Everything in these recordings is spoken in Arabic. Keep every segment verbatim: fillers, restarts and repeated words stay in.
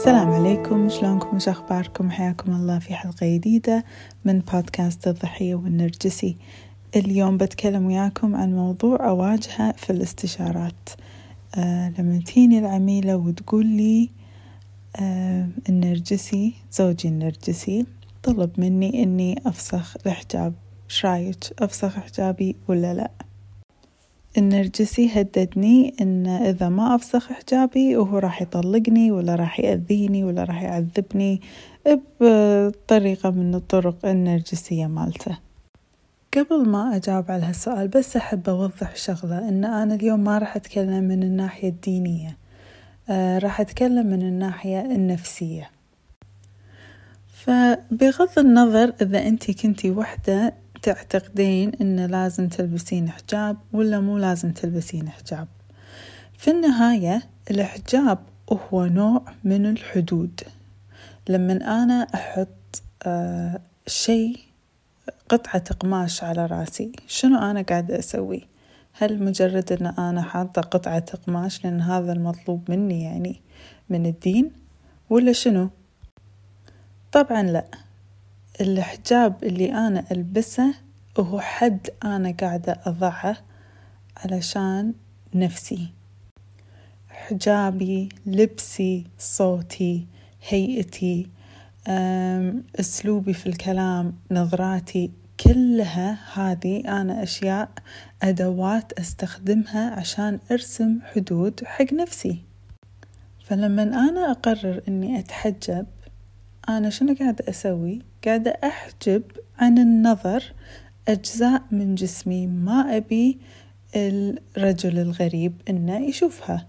السلام عليكم، شلونكم وش أخباركم؟ حياكم الله في حلقة جديدة من بودكاست الضحية والنرجسي. اليوم بتكلم وياكم عن موضوع أواجهه في الاستشارات. آه لما تيني العميلة وتقول لي آه النرجسي زوجي النرجسي طلب مني إني أفسخ الحجاب، إيش رايك أفسخ حجابي ولا لا؟ النرجسي هددني إن إذا ما أفسخ حجابي وهو راح يطلقني ولا راح يأذيني ولا راح يعذبني بطريقة من الطرق النرجسية مالته. قبل ما أجاوب على هالسؤال بس أحب أوضح شغلة، إن أنا اليوم ما راح أتكلم من الناحية الدينية، آه راح أتكلم من الناحية النفسية. فبغض النظر إذا أنتي كنتي وحدة تعتقدين إن لازم تلبسين حجاب ولا مو لازم تلبسين حجاب، في النهاية الحجاب هو نوع من الحدود. لما أنا أحط آه شيء قطعة قماش على راسي، شنو أنا قاعدة أسوي؟ هل مجرد أن أنا حاطة قطعة قماش لأن هذا المطلوب مني يعني من الدين ولا شنو؟ طبعا لا، الحجاب اللي أنا ألبسه هو حد أنا قاعدة أضعه علشان نفسي. حجابي، لبسي، صوتي، هيئتي، أسلوبي في الكلام، نظراتي، كلها هذه أنا أشياء أدوات أستخدمها عشان أرسم حدود حق نفسي. فلما أنا أقرر أني أتحجب، أنا شنو قاعدة أسوي؟ قاعدة أحجب عن النظر أجزاء من جسمي ما أبي الرجل الغريب إنه يشوفها.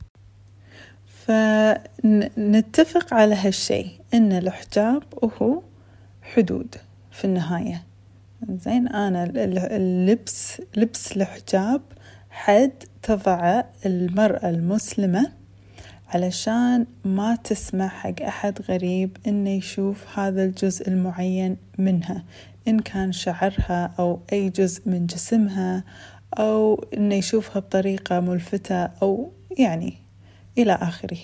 فنتفق على هالشيء، إن الحجاب هو حدود في النهاية. زين، أنا اللبس لبس الحجاب حد تضع المرأة المسلمة علشان ما تسمح حق أحد غريب إنه يشوف هذا الجزء المعين منها، إن كان شعرها أو أي جزء من جسمها، أو إنه يشوفها بطريقة ملفتة أو يعني إلى آخره.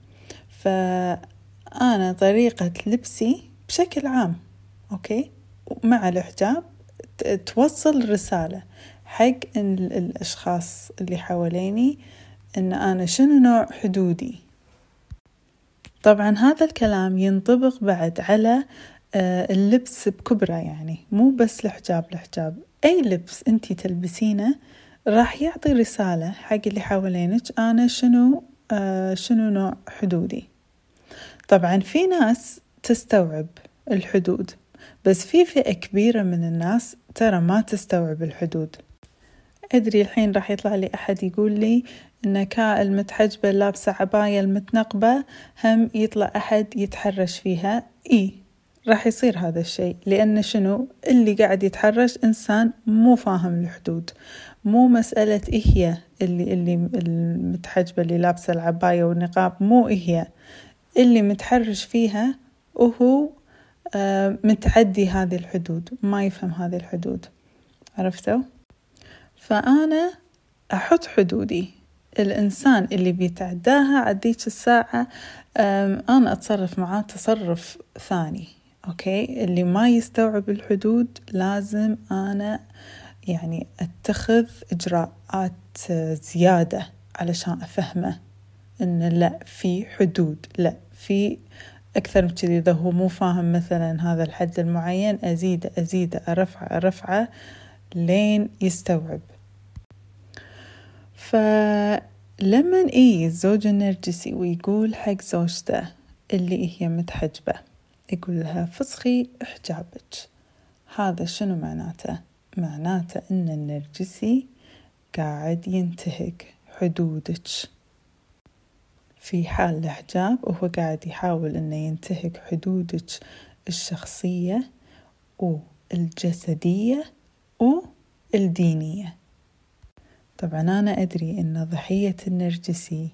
فأنا طريقة لبسي بشكل عام أوكي مع الحجاب توصل رسالة حق الأشخاص اللي حواليني إن أنا شنو نوع حدودي. طبعا هذا الكلام ينطبق بعد على اللبس بكبرى، يعني مو بس الحجاب. الحجاب أي لبس أنتي تلبسينه راح يعطي رسالة حق اللي حوالينك أنا شنو آه شنو نوع حدودي. طبعا في ناس تستوعب الحدود، بس في فئة كبيرة من الناس ترى ما تستوعب الحدود. أدري الحين راح يطلع لي أحد يقول لي إن كا المتحجبة لابسة عباية المتنقبة هم يطلع أحد يتحرش فيها. إيه راح يصير هذا الشيء، لأن شنو اللي قاعد يتحرش إنسان مو فاهم الحدود. مو مسألة إيه هي اللي اللي المتحجبة اللي لابسة العباية والنقاب، مو إيه هي اللي متحرش فيها وهو آه متعدي هذه الحدود، ما يفهم هذه الحدود. عرفتوا؟ فأنا أحط حدودي. الإنسان اللي بيتعداها عديك الساعة أنا أتصرف معاه تصرف ثاني. أوكي، اللي ما يستوعب الحدود لازم أنا يعني أتخذ إجراءات زيادة علشان أفهمه إن لا في حدود، لا في أكثر من كذا. إذا هو مو فاهم مثلا هذا الحد المعين أزيد أزيد أرفع أرفعه لين يستوعب. فلما إيه الزوج النرجسي ويقول حق زوجته اللي هي متحجبة، يقول لها فسخي حجابك، هذا شنو معناته؟ معناته إن النرجسي قاعد ينتهك حدودك. في حال الحجاب وهو قاعد يحاول إنه ينتهك حدودك الشخصية والجسدية والدينية. طبعا أنا أدري إن ضحية النرجسي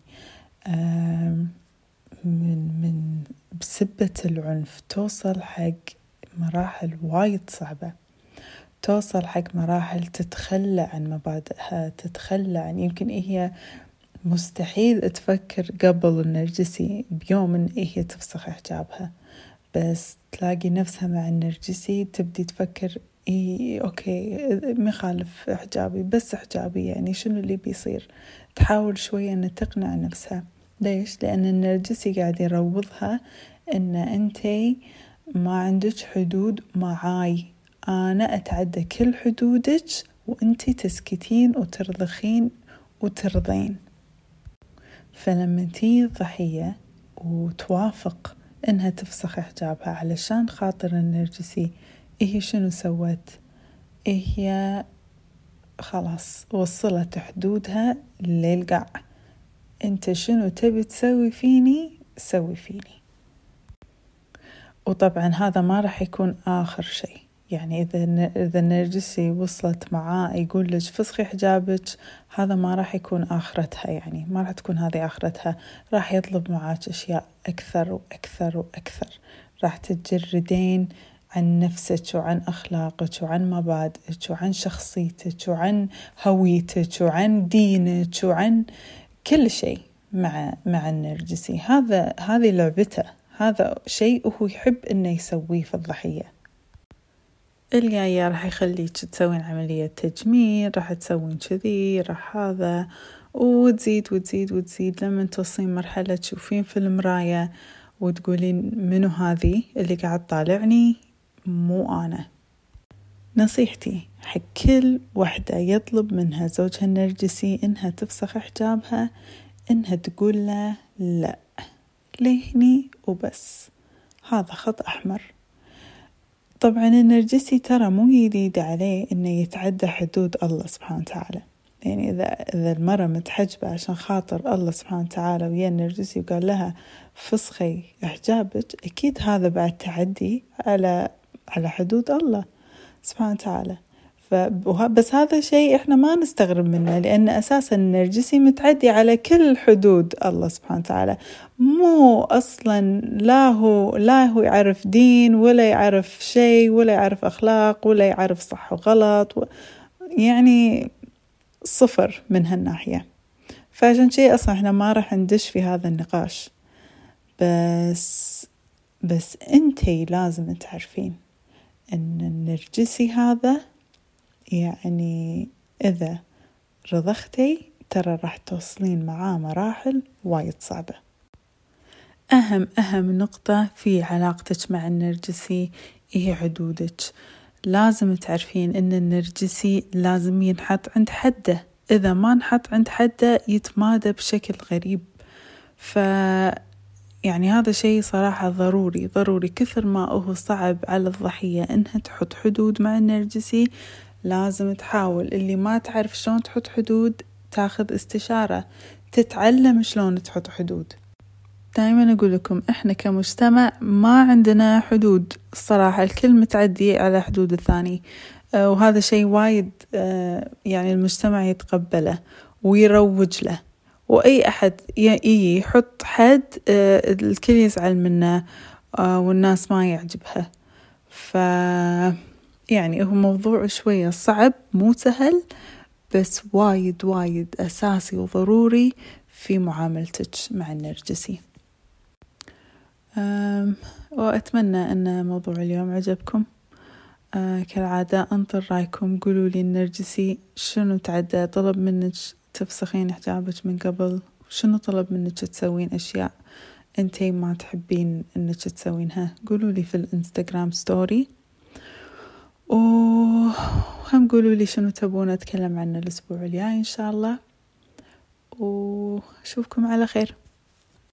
من من بسبة العنف توصل حق مراحل وايد صعبة، توصل حق مراحل تتخلى عن مبادئها، تتخلى عن يمكن هي مستحيل تفكر قبل النرجسي بيوم إن هي تفسخ حجابها، بس تلاقي نفسها مع النرجسي تبدي تفكر إيه أوكي مخالف حجابي، بس حجابي يعني شنو اللي بيصير. تحاول شوية أن تقنع نفسها. ليش؟ لأن النرجسي قاعد يروضها أن أنتي ما عندك حدود معاي، أنا أتعدى كل حدودك وأنتي تسكتين وترضخين وترضين. فلما تيجي الضحية وتوافق إنها تفسخ حجابها علشان خاطر النرجسي، إيه شنو سوت؟ إيه خلاص وصلت حدودها للقاع. أنت شنو تبي تسوي فيني سوي فيني. وطبعا هذا ما راح يكون آخر شيء، يعني إذا إذا النرجسي وصلت معاه يقول لك فسخي حجابك، هذا ما راح يكون آخرتها، يعني ما راح تكون هذه آخرتها. راح يطلب معاك أشياء أكثر وأكثر وأكثر، راح تتجردين عن نفسك وعن أخلاقك وعن مبادئك وعن شخصيتك وعن هويتك وعن دينك وعن كل شيء مع مع النرجسي. هذا هذه لعبته، هذا شيء هو يحب إنه يسويه في الضحية. الجاية راح يخليك تسوين عملية تجميل، راح تسوين كذي، راح هذا، وتزيد وتزيد وتزيد لما توصلين مرحلة تشوفين في المراية وتقولين منو هذه اللي قاعد طالعني؟ مو أنا. نصيحتي حق كل وحدة يطلب منها زوجها النرجسي إنها تفسخ حجابها، إنها تقول له لا، لهني وبس، هذا خط أحمر. طبعا النرجسي ترى مو جديد عليه إنه يتعدى حدود الله سبحانه وتعالى. يعني إذا إذا المرأة متحجبة عشان خاطر الله سبحانه وتعالى ويا النرجسي وقال لها فسخي حجابك، أكيد هذا بعد تعدي على على حدود الله سبحانه وتعالى. بس هذا شيء إحنا ما نستغرب منه، لأن أساسا النرجسي متعدي على كل حدود الله سبحانه وتعالى. مو أصلا لا هو لا هو يعرف دين ولا يعرف شيء ولا يعرف أخلاق ولا يعرف صح وغلط و... يعني صفر من هالناحية. فعشان شيء أصلا إحنا ما راح ندش في هذا النقاش. بس بس أنتي لازم تعرفين أن النرجسي هذا يعني إذا رضختي ترى راح توصلين معاه مراحل وايد صعبة. أهم أهم نقطة في علاقتك مع النرجسي هي حدودك. لازم تعرفين إن النرجسي لازم ينحط عند حده، إذا ما نحط عند حده يتمادى بشكل غريب. ف يعني هذا شيء صراحة ضروري ضروري. كثر ما هو صعب على الضحية إنها تحط حدود مع النرجسي، لازم تحاول اللي ما تعرف شلون تحط حدود تاخذ استشارة، تتعلم شلون تحط حدود. دائما أقول لكم إحنا كمجتمع ما عندنا حدود الصراحة، الكل متعدي على حدود الثاني، آه وهذا شيء وايد آه يعني المجتمع يتقبله ويروج له، وأي أحد يجي يحط حد آه الكل يزعل منه آه والناس ما يعجبها. ف يعني هو موضوع شوية صعب مو سهل، بس وايد وايد أساسي وضروري في معاملتك مع النرجسي. وأتمنى أن موضوع اليوم عجبكم. أه كالعادة أنطر رأيكم، قولوا لي النرجسي شنو تعدى، طلب منك تفسخين حجابك من قبل، شنو طلب منك تسوين أشياء أنتي ما تحبين أنك تسوينها، قولوا لي في الإنستغرام ستوري. وهم قولوا لي شنو تبون أتكلم عنه الأسبوع الجاي إن شاء الله، وشوفكم على خير.